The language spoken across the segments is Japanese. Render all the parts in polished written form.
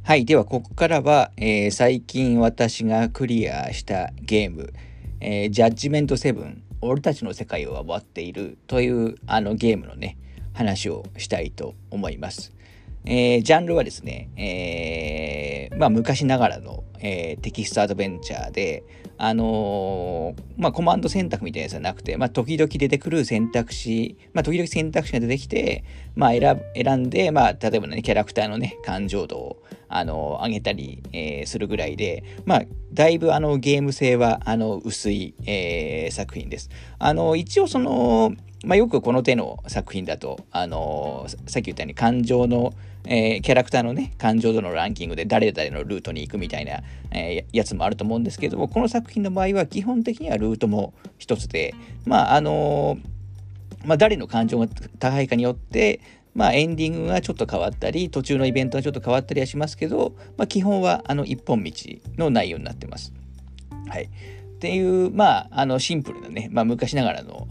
はい。では、ここからは、最近私がクリアしたゲーム、ジャッジメント7、俺たちの世界は終わっているというゲームのね、話をしたいと思います。ジャンルはですね、昔ながらの、テキストアドベンチャーで、コマンド選択みたいなやつはなくて、時々出てくる選択肢、時々選択肢が出てきて、選んで、例えばね、キャラクターのね、感情度を、上げたり、するぐらいで、だいぶゲーム性は薄い、作品です。一応よくこの手の作品だと、さっき言ったように感情の、キャラクターのね、感情度のランキングで誰々のルートに行くみたいな、やつもあると思うんですけども、この作品の場合は基本的にはルートも一つで、誰の感情が高いかによって、エンディングがちょっと変わったり、途中のイベントがちょっと変わったりはしますけど、基本は一本道の内容になってます。はい。っていう、シンプルなね、昔ながらの、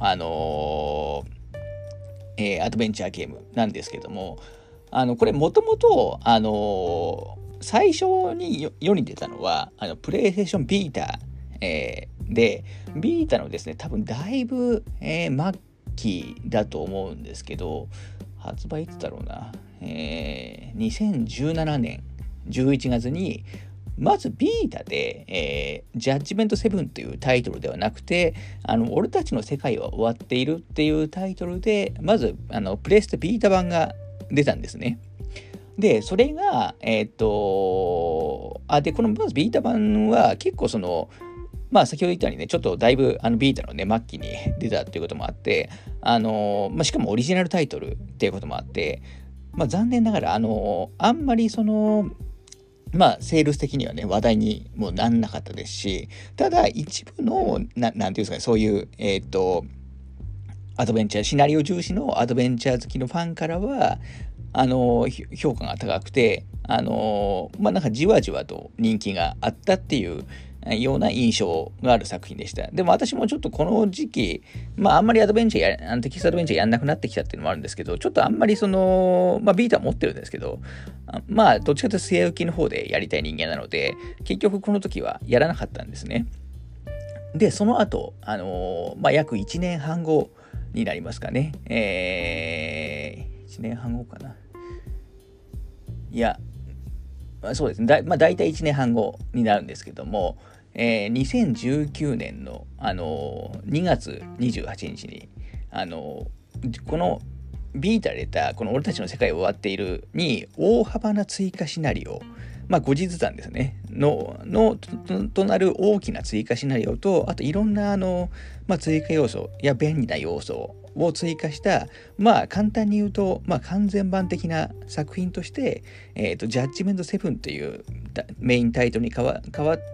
アドベンチャーゲームなんですけども、これもともと、最初に世に出たのは、プレイステーションビータ、で、ビータのですね、多分だいぶ、末期だと思うんですけど、発売いつだろうな、2017年11月に、まずビータで、ジャッジメント7というタイトルではなくて、俺たちの世界は終わっているっていうタイトルで、まず、プレステビータ版が出たんですね。で、それが、このまずビータ版は結構先ほど言ったようにね、ちょっとだいぶビータのね、末期に出たっていうこともあって、しかもオリジナルタイトルっていうこともあって、残念ながら、あんまりセールス的にはね、話題にもなんなかったですし、ただ一部の、なんていうんですかね、そういう、アドベンチャー、シナリオ重視のアドベンチャー好きのファンからは、評価が高くて、なんかじわじわと人気があったっていうような印象がある作品でした。でも私もちょっとこの時期、あんまりアドベンチャーテキストアドベンチャーやんなくなってきたっていうのもあるんですけど、ちょっとあんまりビータ持ってるんですけど、どっちかというと据え置きの方でやりたい人間なので、結局この時はやらなかったんですね。で、その後、約1年半後になりますかね。1年半後かな。いや、そうですね。大体1年半後になるんですけども、2019年の、2月28日に、このビータで出た、この俺たちの世界終わっているに、大幅な追加シナリオ、後日談ですね、となる大きな追加シナリオと、あといろんな、追加要素や便利な要素を追加した、簡単に言うと、完全版的な作品として、ジャッジメント7というメインタイトルに変わって、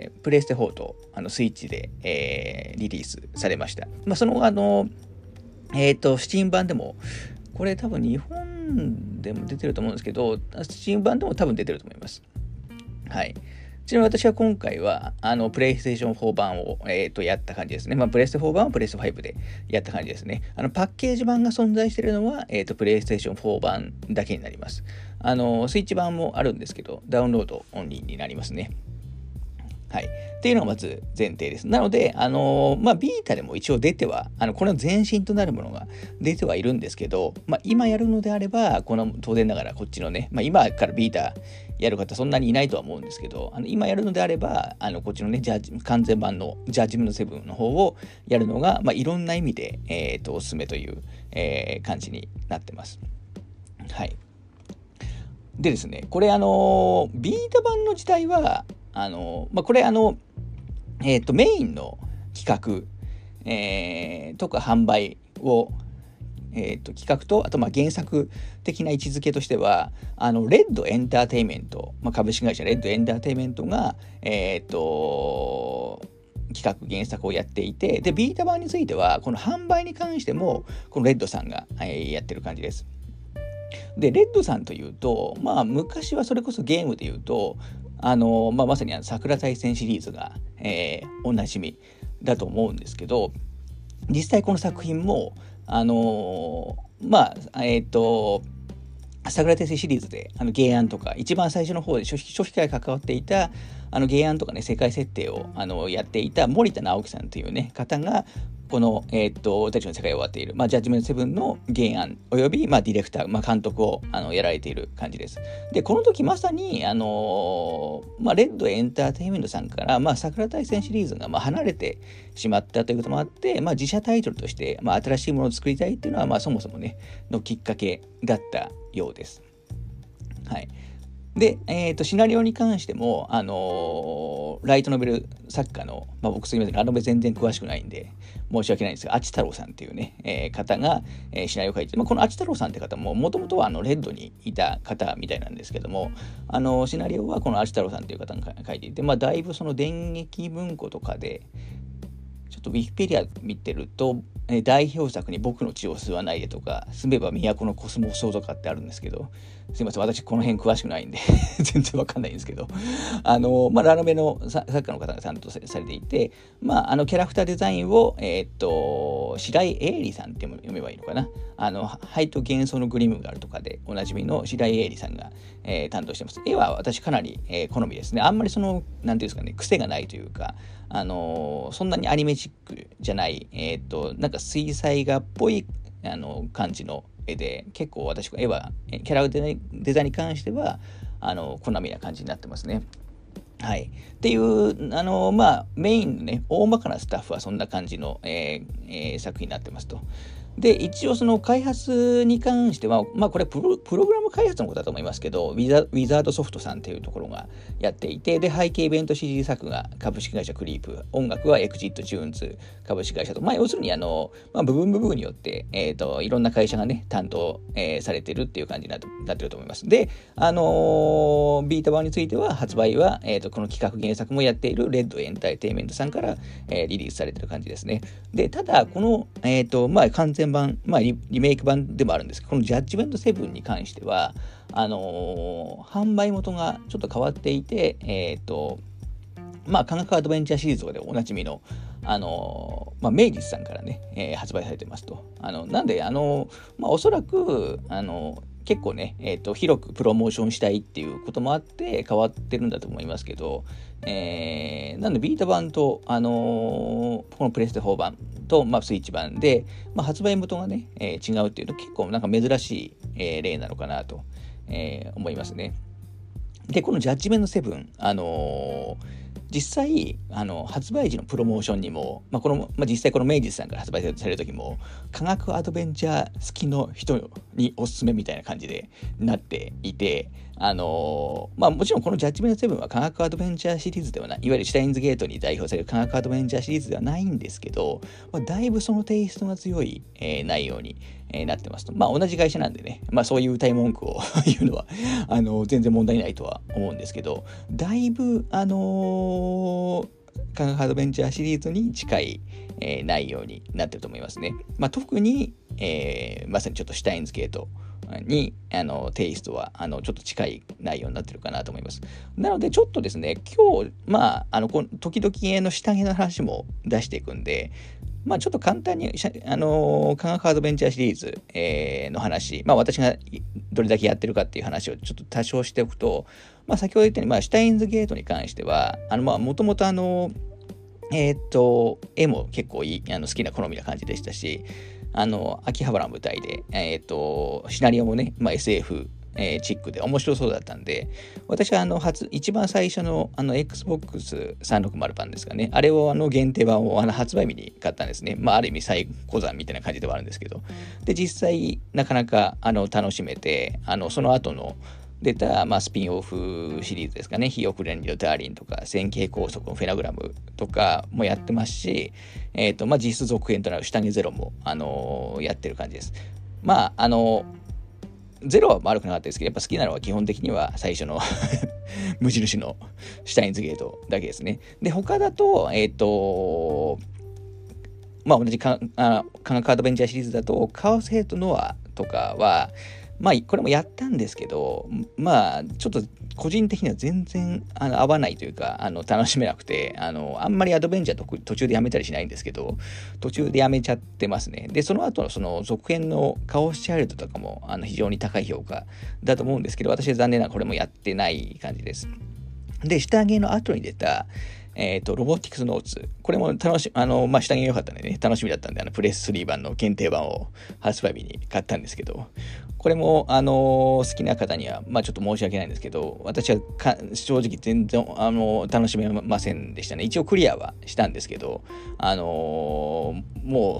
プレイステ4とスイッチで、リリースされました。そのスチーム版でも、これ多分日本でも出てると思うんですけど、スチーム版でも多分出てると思います。はい。ちなみに私は今回は、プレイステーション4版を、やった感じですね。プレイステ4版はプレイステ5でやった感じですね。パッケージ版が存在しているのは、プレイステーション4版だけになります。スイッチ版もあるんですけど、ダウンロードオンリーになりますね。はい。っていうのがまず前提です。なので、ビータでも一応出ては、これの前身となるものが出てはいるんですけど、今やるのであれば、当然ながらこっちのね、今からビータやる方そんなにいないとは思うんですけど、今やるのであれば、こっちのね、完全版のジャッジメント7の方をやるのが、いろんな意味で、おすすめという、感じになってます。はい。でですね、これビータ版の時代は、これメインの企画、とか販売を、企画と、あと原作的な位置づけとしては、レッドエンターテイメント、株式会社レッドエンターテイメントが、企画原作をやっていて、で、ビータ版については、この販売に関しても、このレッドさんが、やってる感じです。で、レッドさんというと、昔はそれこそゲームで言うと、まさに桜大戦シリーズが、おなじみだと思うんですけど、実際この作品も、 桜大戦シリーズで原案とか一番最初の方で初期から関わっていた原案とかね世界設定をやっていた森田直樹さんというね方がこの俺たちの世界を終わっている、ジャッジメントセブンの原案およびディレクター、監督をやられている感じです。でこの時まさにレッドエンターテインメントさんから桜大戦シリーズが離れてしまったということもあって、自社タイトルとして、新しいものを作りたいっていうのは、そもそもねのきっかけだったようです。はい。で、シナリオに関しても、ライトノベル作家の、僕すみません、ラノベ全然詳しくないんで、申し訳ないんですが、あち太郎さんっていうね、方が、シナリオを書いて、このあち太郎さんって方も、もともとはレッドにいた方みたいなんですけども、シナリオはこのあち太郎さんっていう方が書いていて、だいぶその電撃文庫とかで、ちょっとウィキペディア見てると、代表作に僕の血を吸わないでとか、住めば都のコスモスとかってあるんですけど、すいません、私この辺詳しくないんで全然わかんないんですけど、ラノベの作家の方が担当されていて、キャラクターデザインを、白井英里さんって読めばいいのかな。灰と幻想のグリムがあるとかでおなじみの白井英里さんが、担当してます。絵は私かなり、好みですね。あんまりなんていうんですかね、癖がないというか、そんなにアニメチックじゃない、なんか水彩画っぽい感じの絵で、結構私絵はキャラデザインに関しては好みな感じになってますね。はい、っていうメインのね大まかなスタッフはそんな感じの、作品になってますと。で一応その開発に関してはこれプログラム開発のことだと思いますけど、ウィザードソフトさんっていうところがやっていて、で背景イベント CG 作画株式会社クリープ、音楽はエクジット・ジューンズ株式会社と、要するに部分によって、いろんな会社がね担当、されてるっていう感じになってると思います。でビータ版については発売は、この企画原作もやっているレッドエンターテインメントさんから、リリースされてる感じですね。でただこの、完全版、リメイク版でもあるんですけど、このジャッジメント7に関しては販売元がちょっと変わっていて、科学アドベンチャーシリーズとかでおなじみの明治さんからね、発売されてますと。なんでおそらく結構ね、広くプロモーションしたいっていうこともあって変わってるんだと思いますけど、なんでビータ版と、このプレステ4版と、スイッチ版で、発売元がね、違うっていうと結構なんか珍しい、例なのかなと、思いますね。でこのジャッジメント7、実際発売時のプロモーションにも、実際この明治さんから発売される時も科学アドベンチャー好きの人におすすめみたいな感じでなっていて、もちろんこのジャッジメント7は科学アドベンチャーシリーズではない、いわゆるシュタインズゲートに代表される科学アドベンチャーシリーズではないんですけど、だいぶそのテイストが強い、内容になってますと。同じ会社なんでね、そういう歌い文句を言うのは全然問題ないとは思うんですけど、だいぶ科学アドベンチャーシリーズに近い、内容になってると思いますね。特に、まさにちょっとシュタインズゲートにテイストはちょっと近い内容になってるかなと思います。なのでちょっとですね、今日時々の下着の話も出していくんで、ちょっと簡単に科学アドベンチャーシリーズ、の話、私がどれだけやってるかっていう話をちょっと多少しておくと、先ほど言ったように、シュタインズゲートに関してはもともと絵も結構好きな好みな感じでしたし、秋葉原の舞台で、シナリオもね、SF、チックで面白そうだったんで、私は一番最初のXbox360 版ですかね、あれを限定版を発売日に買ったんですね。ある意味最高山みたいな感じではあるんですけど、で実際なかなか楽しめて、その後の出た、スピンオフシリーズですかね、ヒオクレンリのダーリンとか線形高速のフェナグラムとかもやってますし、実質続編となる下着ゼロもやってる感じです。ゼロは悪くなかったですけど、やっぱ好きなのは基本的には最初の無印のシュタインズゲートだけですね。で他だと同じ科学アドベンチャーシリーズだとカオスヘイトノアとかはこれもやったんですけど、ちょっと個人的には全然合わないというか、楽しめなくて、あんまりアドベンチャー途中でやめたりしないんですけど、途中でやめちゃってますね。で、その後のその続編のカオスチャイルドとかも非常に高い評価だと思うんですけど、私は残念ながらこれもやってない感じです。で、下着の後に出た、ロボティクスノーツ。これも下着が良かったんでね、楽しみだったんで、プレス3版の限定版を発売日に買ったんですけど、これも、好きな方には、ちょっと申し訳ないんですけど、私は正直全然、楽しめませんでしたね。一応クリアはしたんですけど、もう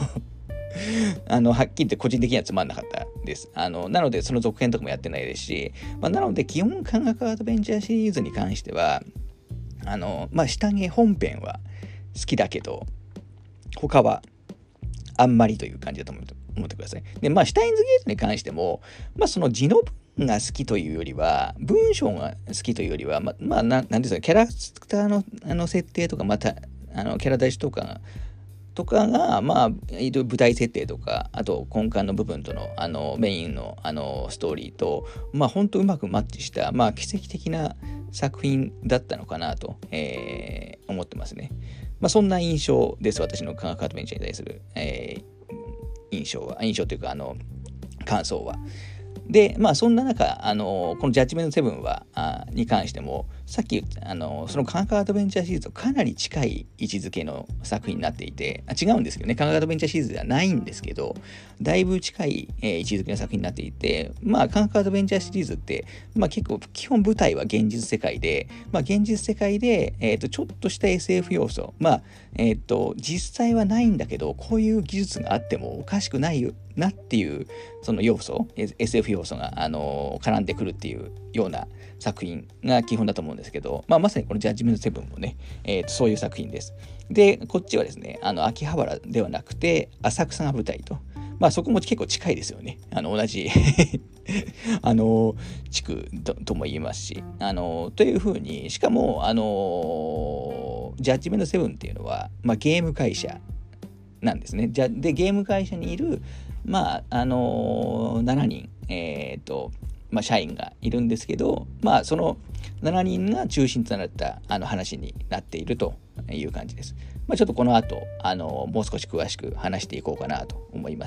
はっきり言って個人的にはつまんなかったです。なので、その続編とかもやってないですし、なので、基本科学アドベンチャーシリーズに関しては、下着本編は好きだけど、他はあんまりという感じだと思ってください。で、シュタインズゲートに関しても、その字の文が好きというよりは、文章が好きというよりは、なんですか、キャラクターの設定とか、キャラ出しとかが、舞台設定とか、あと根幹の部分との、メインの、ストーリーと、本当うまくマッチした、奇跡的な作品だったのかなと、思ってますね。そんな印象です。私の科学アドベンチャーに対する、印象というか、感想は。で、そんな中、このジャッジメント7に関しても、さっき言ったその科学アドベンチャーシリーズとかなり近い位置づけの作品になっていて、違うんですけどね、科学アドベンチャーシリーズではないんですけど、だいぶ近い、位置づけの作品になっていて、科学アドベンチャーシリーズって、結構基本舞台は現実世界で、現実世界で、ちょっとした SF 要素、実際はないんだけど、こういう技術があってもおかしくないよなっていうその要素、SF 要素が絡んでくるっていうような作品が基本だと思うんですけど、まさにこのジャッジメント7もね、そういう作品です。で、こっちはですね、秋葉原ではなくて浅草が舞台と。そこも結構近いですよね。同じ地区とも言いますし、というふうに、しかも、ジャッジメント7っていうのは、ゲーム会社なんですね。で、ゲーム会社にいる、7人、社員がいるんですけど、その7人が中心となった話になっているという感じです。ちょっとこの後、もう少し詳しく話していこうかなと思います。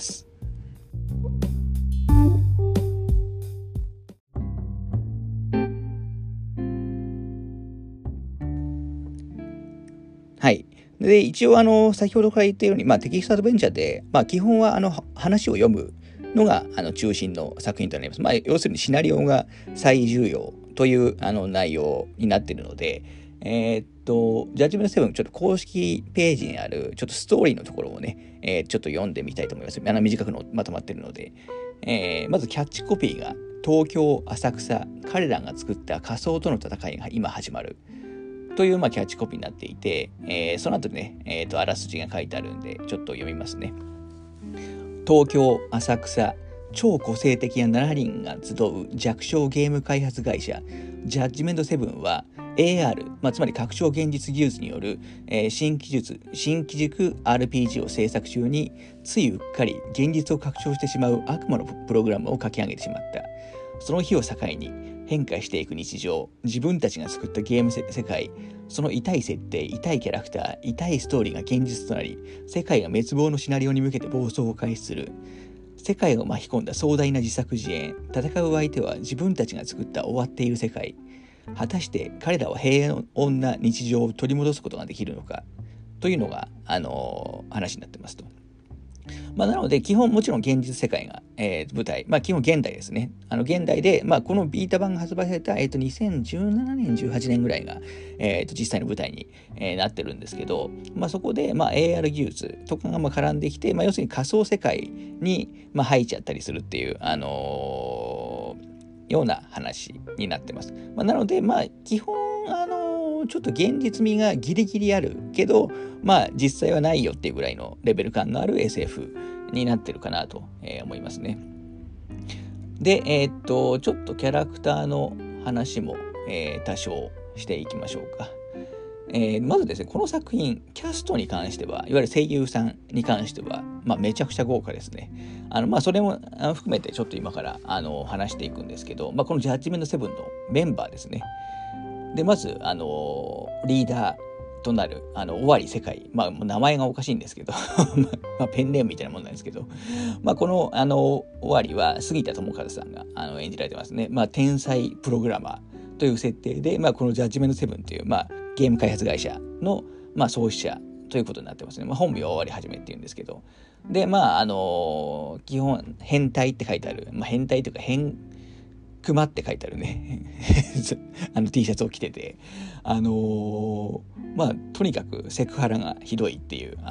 はい。で、一応先ほどから言ったように、テキストアドベンチャーで、基本は話を読むのが中心の作品となります。要するにシナリオが最重要という内容になっているので、ジャッジメント7、ちょっと公式ページにあるちょっとストーリーのところをね、ちょっと読んでみたいと思います。短くまとまっているので、まずキャッチコピーが東京、浅草、彼らが作った仮想との戦いが今始まる。というキャッチコピーになっていて、その後ね、あらすじが書いてあるんで、ちょっと読みますね。東京、浅草、超個性的な7人が集う弱小ゲーム開発会社、ジャッジメント7は、AR、つまり拡張現実技術による、新機軸 RPG を制作中に、ついうっかり現実を拡張してしまう悪魔のプログラムを書き上げてしまった。その日を境に変化していく日常、自分たちが作ったゲーム世界、その痛い設定、痛いキャラクター、痛いストーリーが現実となり、世界が滅亡のシナリオに向けて暴走を開始する。世界を巻き込んだ壮大な自作自演、戦う相手は自分たちが作った終わっている世界。果たして彼らは平穏な日常を取り戻すことができるのかというのが、話になってますと。なので、基本もちろん現実世界が、舞台、基本現代ですね。現代で、このビータ版が発売された、2017年、18年ぐらいが、実際の舞台に、なってるんですけど、そこで、AR 技術とかが絡んできて、要するに仮想世界に、入っちゃったりするっていう、ような話になってます。なので、基本、ちょっと現実味がギリギリあるけど、実際はないよっていうぐらいのレベル感のある SF になってるかなと思いますね。で、ちょっとキャラクターの話も、多少していきましょうか。 まずですね、この作品、キャストに関しては、いわゆる声優さんに関しては、めちゃくちゃ豪華ですね。それも含めてちょっと今から話していくんですけど、このジャッジメント7のメンバーですね。で、まず、リーダーとなる、尾張世界。名前がおかしいんですけど、ペンネームみたいなもんなんですけど、この、尾張は杉田智和さんが演じられてますね。天才プログラマーという設定で、このジャッジメント7という、ゲーム開発会社の、創始者ということになってますね。本名は尾張はじめっていうんですけど。で、基本、変態って書いてある。変態というか、熊って書いてあるねT シャツを着てて、とにかくセクハラがひどいっていう、リ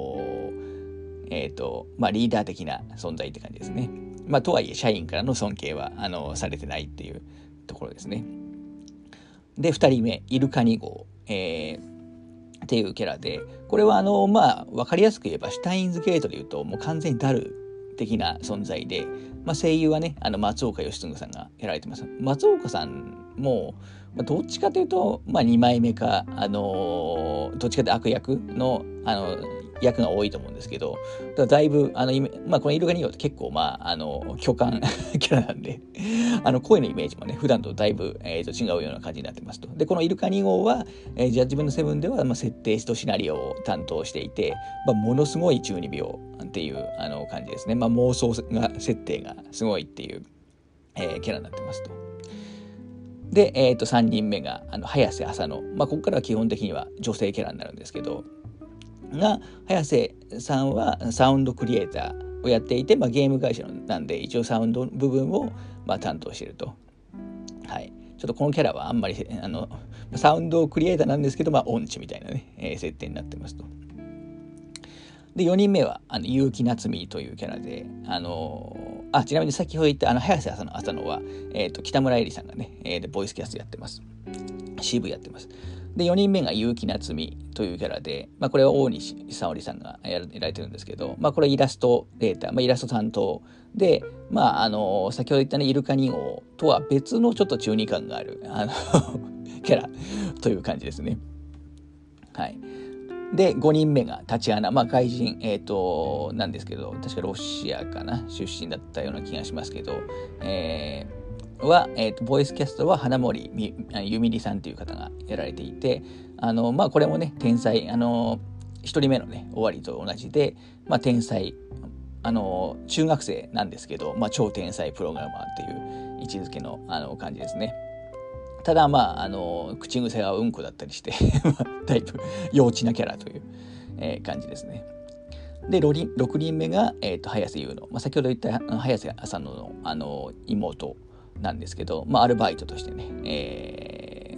ーダー的な存在って感じですね。とはいえ、社員からの尊敬は、されてないっていうところですね。で、2人目、イルカ2号、っていうキャラで、これはわかりやすく言えば、シュタインズゲートで言うと、もう完全にダル的な存在で、声優はね、松岡義嗣さんがやられてます。松岡さんも、どっちかというと、2枚目か、どっちかというと悪役の、役が多いと思うんですけど、だいぶ、このイルカ2号って結構、巨漢キャラなんで、声のイメージもね、普段とだいぶ、違うような感じになってますと。で、このイルカ2号は、ジャッジメント7では、設定とシナリオを担当していて、ものすごい中二病っていう感じですね。妄想が設定がすごいっていう、キャラになってますと。で、3人目が早瀬浅野。ここからは基本的には女性キャラになるんですけど、早瀬さんはサウンドクリエイターをやっていて、ゲーム会社なんで一応サウンド部分を担当していると。はい。ちょっとこのキャラはあんまりサウンドクリエイターなんですけど、音痴みたいなね、設定になってますと。で、4人目は結城夏美というキャラで、ちなみに先ほど言った早瀬浅野は、北村えりさんがね、ボイスキャストやってます。CV やってます。で、4人目が結城夏美というキャラで、これは大西沙織さんがやられてるんですけど、これイラストレーター、イラスト担当で、先ほど言ったね、イルカ2号とは別のちょっと中二感がある、キャラという感じですね。はい。で、5人目がタチアナ、外人、なんですけど、確かロシアかな、出身だったような気がしますけど、ボイスキャストは花森ゆみりさんという方がやられていて、これもね、天才、1人目のね、尾張と同じで、天才、中学生なんですけど、超天才プログラマーっていう位置づけの、感じですね。ただ、口癖はうんこだったりして、だいぶ幼稚なキャラという、感じですね。で、6人目が、早瀬優乃。先ほど言った早瀬浅野の、妹なんですけど、アルバイトとしてね、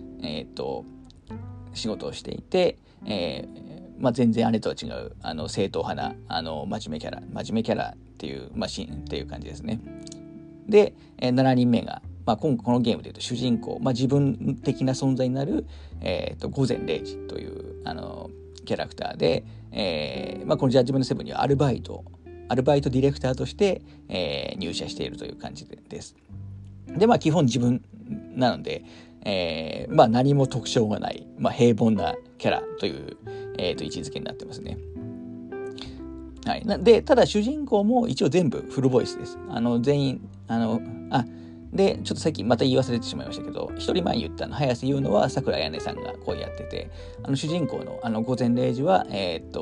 仕事をしていて、全然姉とは違う正統派な真面目キャラっていうっていう感じですね。で、7人目が、このゲームでいうと主人公、自分的な存在になる、午前0時というキャラクターで、このジャッジメント7にはアルバイトディレクターとして、入社しているという感じです。で、基本自分なので、何も特徴がない、平凡なキャラという、位置づけになってますね。はい。で、ただ主人公も一応全部フルボイスです。全員、で、ちょっとさっきまた言い忘れてしまいましたけど、一人前に言った早瀬優乃は桜彩音さんが声やってて、主人公の午前0時は、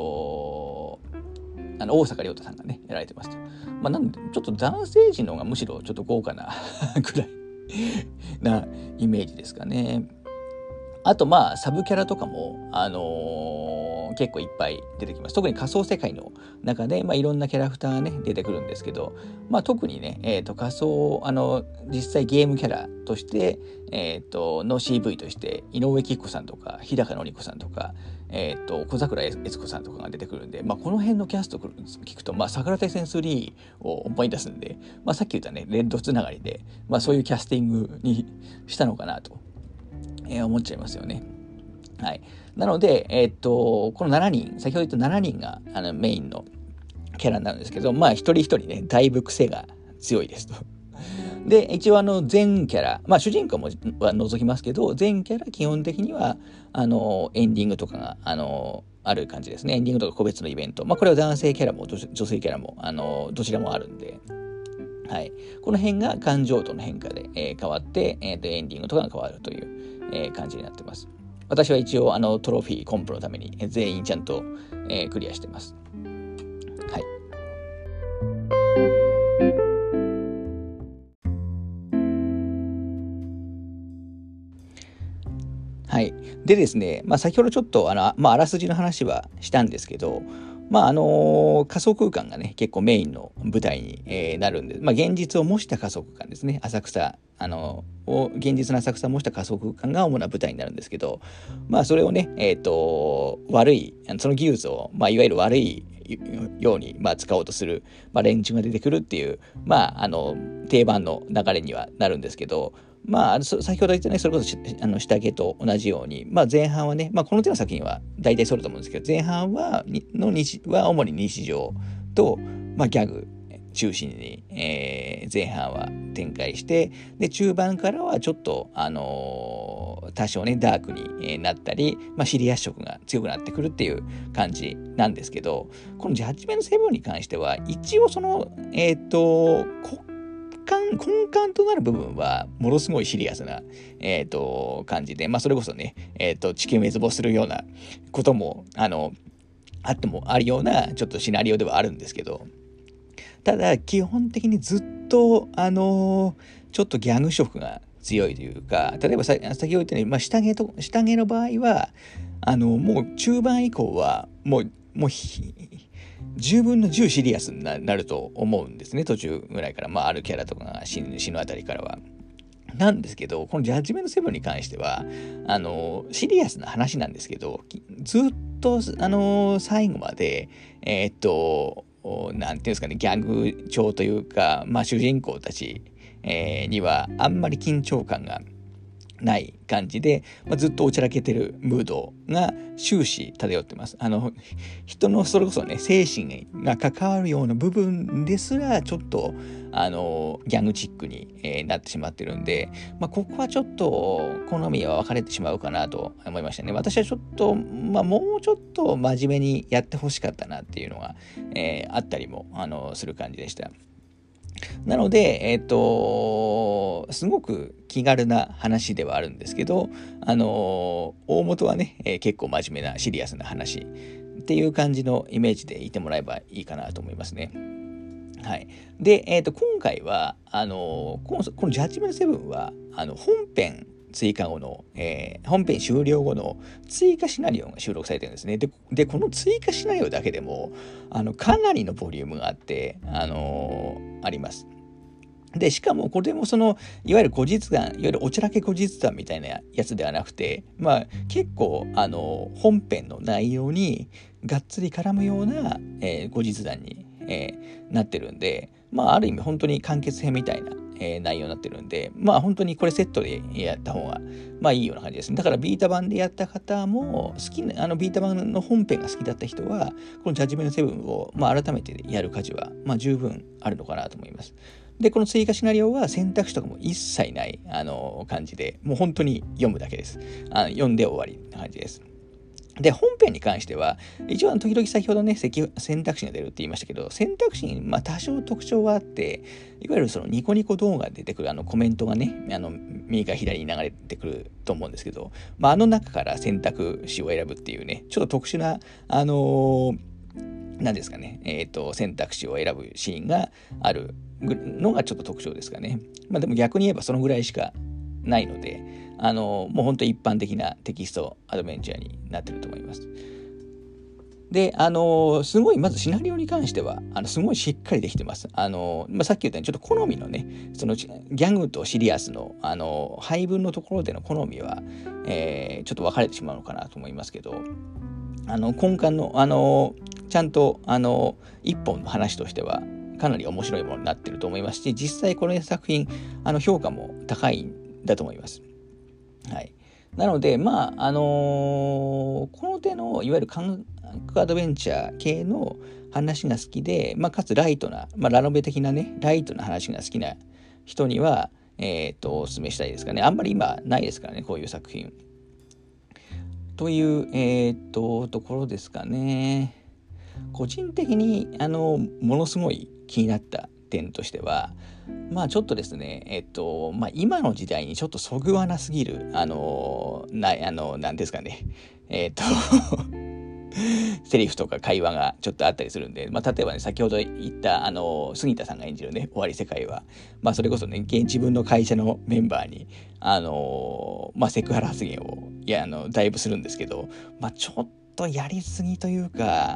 大坂亮太さんがね、やられてますと。なんで、ちょっと男性陣の方がむしろちょっと豪華なくらいなイメージですかね。あと、サブキャラとかも、結構いっぱい出てきます。特に仮想世界の中で、いろんなキャラクターがね、出てくるんですけど、特にね、仮想、実際ゲームキャラとして、の CV として、井上貴子さんとか、日高のり子さんとか、小桜悦子さんとかが出てくるんで、この辺のキャスト聞くと、桜大戦3を思い出すんで、さっき言ったね、レッドつながりで、そういうキャスティングにしたのかなと、思っちゃいますよね。はい。なので、この7人、先ほど言った7人がメインのキャラになるんですけど、一人一人ね、だいぶ癖が強いですと。 で、一応全キャラ、まあ主人公もは除きますけど、全キャラ基本的には、エンディングとかが、ある感じですね。エンディングとか個別のイベント。まあこれは男性キャラも女性キャラも、どちらもあるんで、はい。この辺が感情との変化で、変わって、エンディングとかが変わるという、感じになってます。私は一応、トロフィーコンプのために全員ちゃんと、クリアしてます。はい。はい。でですね、まあ先ほどちょっと、あらすじの話はしたんですけど、まあ仮想空間がね、結構メインの舞台に、なるんで、まあ現実を模した仮想空間ですね。浅草、現実の浅草を模した仮想空間が主な舞台になるんですけど、まあそれをね、悪い、その技術を、まあいわゆる悪いように、まあ、使おうとする、まあ、連中が出てくるっていう、まあ、定番の流れにはなるんですけど、まあ、先ほど言ったね、それこそ下着と同じように、まあ、前半はね、まあ、この手の作品は大体そうだと思うんですけど、前半は主に日常と、まあ、ギャグ中心に、前半は展開して、で、中盤からはちょっと、多少ね、ダークになったり、まあ、シリアス色が強くなってくるっていう感じなんですけど、このジャッジメントセブンに関しては、一応その、根幹となる部分は、ものすごいシリアスな、感じで、まあ、それこそね、地球滅亡するようなことも、あってもあるような、ちょっとシナリオではあるんですけど、ただ、基本的にずっと、ちょっとギャグ色が強いというか、例えば先ほど言ったように、まあ、下着の場合は、もう中盤以降は、もう10分の10シリアスになると思うんですね。途中ぐらいから、まあ、あるキャラとかが死ぬあたりからは。なんですけど、このジャッジメントセブンに関しては、シリアスな話なんですけど、ずっと、最後まで、なんていうんですかね、ギャグ調というか、まあ、主人公たち、には、あんまり緊張感がない感じで、まあ、ずっとおちゃらけてるムードが終始漂ってます。人のそれこそね、精神が関わるような部分ですら、ちょっと、ギャグチックに、なってしまってるんで、まあ、ここはちょっと、好みは分かれてしまうかなと思いましたね。私はちょっと、まあ、もうちょっと真面目にやってほしかったなっていうのが、あったりも、する感じでした。なので、すごく気軽な話ではあるんですけど、大元はね、結構真面目なシリアスな話っていう感じのイメージでいてもらえばいいかなと思いますね。はい。で、今回は、このジャッジメントセブンは、本編追加後の、本編終了後の追加シナリオが収録されてるんですね。で、この追加シナリオだけでも、かなりのボリュームがあって、あります。で、しかもこれもいわゆる後日談、いわゆるおちゃらけ後日談みたいなやつではなくて、まあ結構、本編の内容にがっつり絡むような、後日談に、なってるんで、まあある意味本当に完結編みたいな、内容になってるんで、まあ本当にこれセットでやった方が、まあいいような感じですね。だからビータ版でやった方も、好きな、ビータ版の本編が好きだった人は、このジャッジメントセブンを、まあ改めてやる価値は、まあ十分あるのかなと思います。で、この追加シナリオは選択肢とかも一切ない、感じで、もう本当に読むだけです。読んで終わりな感じです。で、本編に関しては、一応時々先ほどね、選択肢が出るって言いましたけど、選択肢にまあ多少特徴はあって、いわゆるそのニコニコ動画で出てくるコメントがね、右から左に流れてくると思うんですけど、まあ、中から選択肢を選ぶっていうね、ちょっと特殊な、何ですかね、選択肢を選ぶシーンがあるのがちょっと特徴ですかね。まあでも逆に言えばそのぐらいしかないので、もう本当一般的なテキストアドベンチャーになってると思います。で、すごい、まずシナリオに関しては、すごいしっかりできてます。まあ、さっき言ったように、ちょっと好みのね、そのギャグとシリアスの、配分のところでの好みは、ちょっと分かれてしまうのかなと思いますけど、根幹の、ちゃんと、一本の話としては、かなり面白いものになってると思いますし、実際この作品、評価も高いんだと思います。はい。なので、まあ、この手の、いわゆる感覚アドベンチャー系の話が好きで、まあ、かつライトな、まあ、ラノベ的なね、ライトな話が好きな人には、お勧めしたいですかね。あんまり今ないですからね、こういう作品。という、ところですかね。個人的にものすごい気になった点としては、まあちょっとですね、今の時代にちょっとそぐわなすぎるなんですかね、セリフとか会話がちょっとあったりするんで、例えばね、先ほど言った杉田さんが演じるね、終わり世界は、それこそね、自分の会社のメンバーにセクハラ発言をだいぶするんですけど、ちょっとやりすぎというか、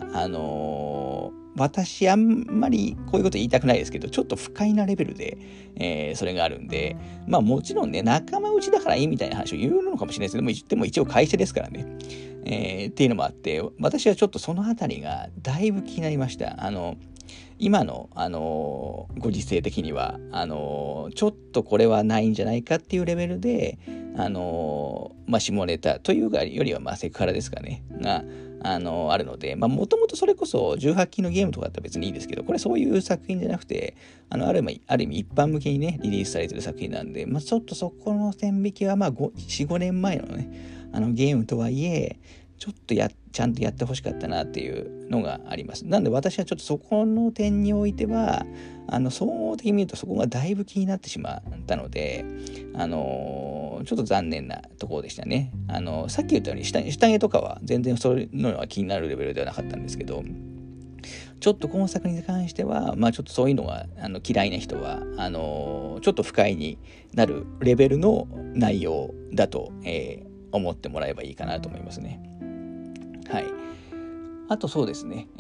私あんまりこういうこと言いたくないですけど、ちょっと不快なレベルで、それがあるんで、もちろんね、仲間内だからいいみたいな話を言うのかもしれないですけど、でも一応会社ですからね。っていうのもあって、私はちょっとそのあたりがだいぶ気になりました。今の、ご時世的には、ちょっとこれはないんじゃないかっていうレベルで、下ネタというよりは、セクハラですかね、が、あるので、もともとそれこそ18禁のゲームとかだったら別にいいですけど、これそういう作品じゃなくて、ある意味一般向けにね、リリースされてる作品なんで、ちょっとそこの線引きは、4、5年前のね、ゲームとはいえ、ちょっとちゃんとやってほしかったなっていうのがあります。なので私はちょっとそこの点においては、総合的に見るとそこがだいぶ気になってしまったので、ちょっと残念なところでしたね。さっき言ったように下着とかは全然そういうのは気になるレベルではなかったんですけど、ちょっと今作に関しては、ちょっとそういうのが嫌いな人は、ちょっと不快になるレベルの内容だと、思ってもらえばいいかなと思いますね。はい。あとそうですね。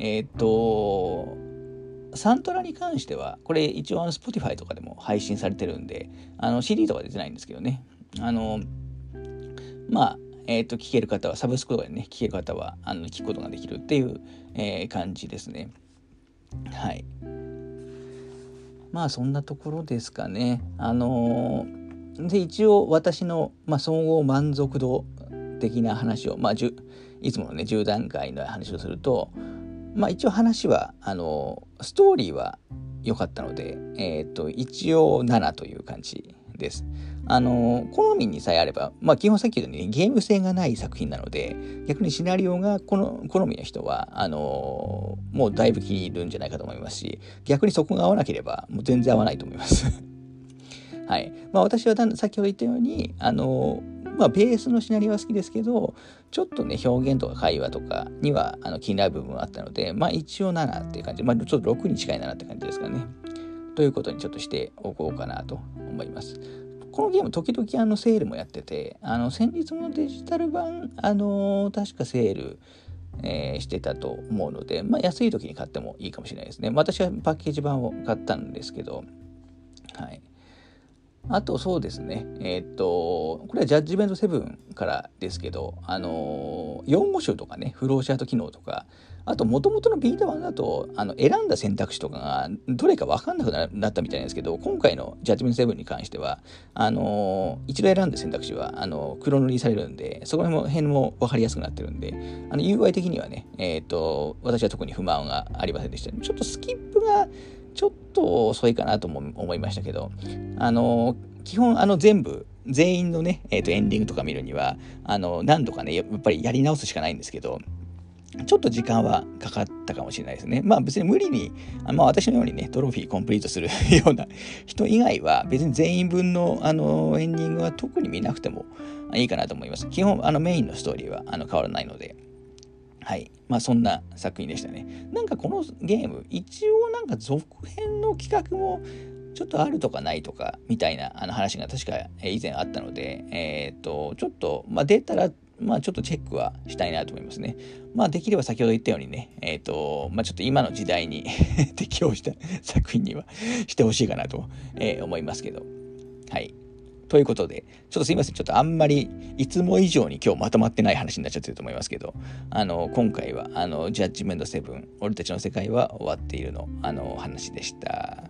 サントラに関しては、これ一応Spotify とかでも配信されてるんで、CD とか出てないんですけどね。聴ける方は、サブスクとかでね、聴ける方は、聴くことができるっていう、感じですね。はい。そんなところですかね。で、一応私の、総合満足度的な話を、いつものね、10段階の話をすると、一応話は、ストーリーは良かったので、一応7という感じです。好みにさえあれば、基本さっき言ったようにゲーム性がない作品なので、逆にシナリオが好みの人は、もうだいぶ気に入るんじゃないかと思いますし、逆にそこが合わなければ、もう全然合わないと思います。はい。私は先ほど言ったように、ベースのシナリオは好きですけど、ちょっとね、表現とか会話とかには気になる部分があったので、一応7っていう感じ、ちょっと6に近い7って感じですかね。ということにちょっとしておこうかなと思います。このゲーム時々セールもやってて、先日のデジタル版、確かセール、してたと思うので、安い時に買ってもいいかもしれないですね。私はパッケージ版を買ったんですけど、はい。あとそうですね。これはジャッジメント7からですけど、用語集とかね、フローチャート機能とか、あと元々のビータ版だと、選んだ選択肢とかがどれか分かんなくなったみたいなんですけど、今回のジャッジメント7に関しては、一度選んだ選択肢は、黒塗りされるんで、そこら辺も分かりやすくなってるんで、UI 的にはね、私は特に不満がありませんでした。ちょっとスキップが、ちょっと遅いかなとも思いましたけど、基本全員のね、エンディングとか見るには、何度かね、やっぱりやり直すしかないんですけど、ちょっと時間はかかったかもしれないですね。別に無理に、私のようにね、トロフィーコンプリートするような人以外は、別に全員分の、エンディングは特に見なくてもいいかなと思います。基本、メインのストーリーは変わらないので。はい。そんな作品でしたね。なんかこのゲーム、一応なんか続編の企画もちょっとあるとかないとかみたいな話が確か以前あったので、ちょっと、出たら、ちょっとチェックはしたいなと思いますね。できれば先ほど言ったようにね、ちょっと今の時代に適応した作品にはしてほしいかなと、思いますけど。はい。ということで、ちょっとすいません。ちょっとあんまりいつも以上に今日まとまってない話になっちゃってると思いますけど、今回はジャッジメント7、俺たちの世界は終わっているの、話でした。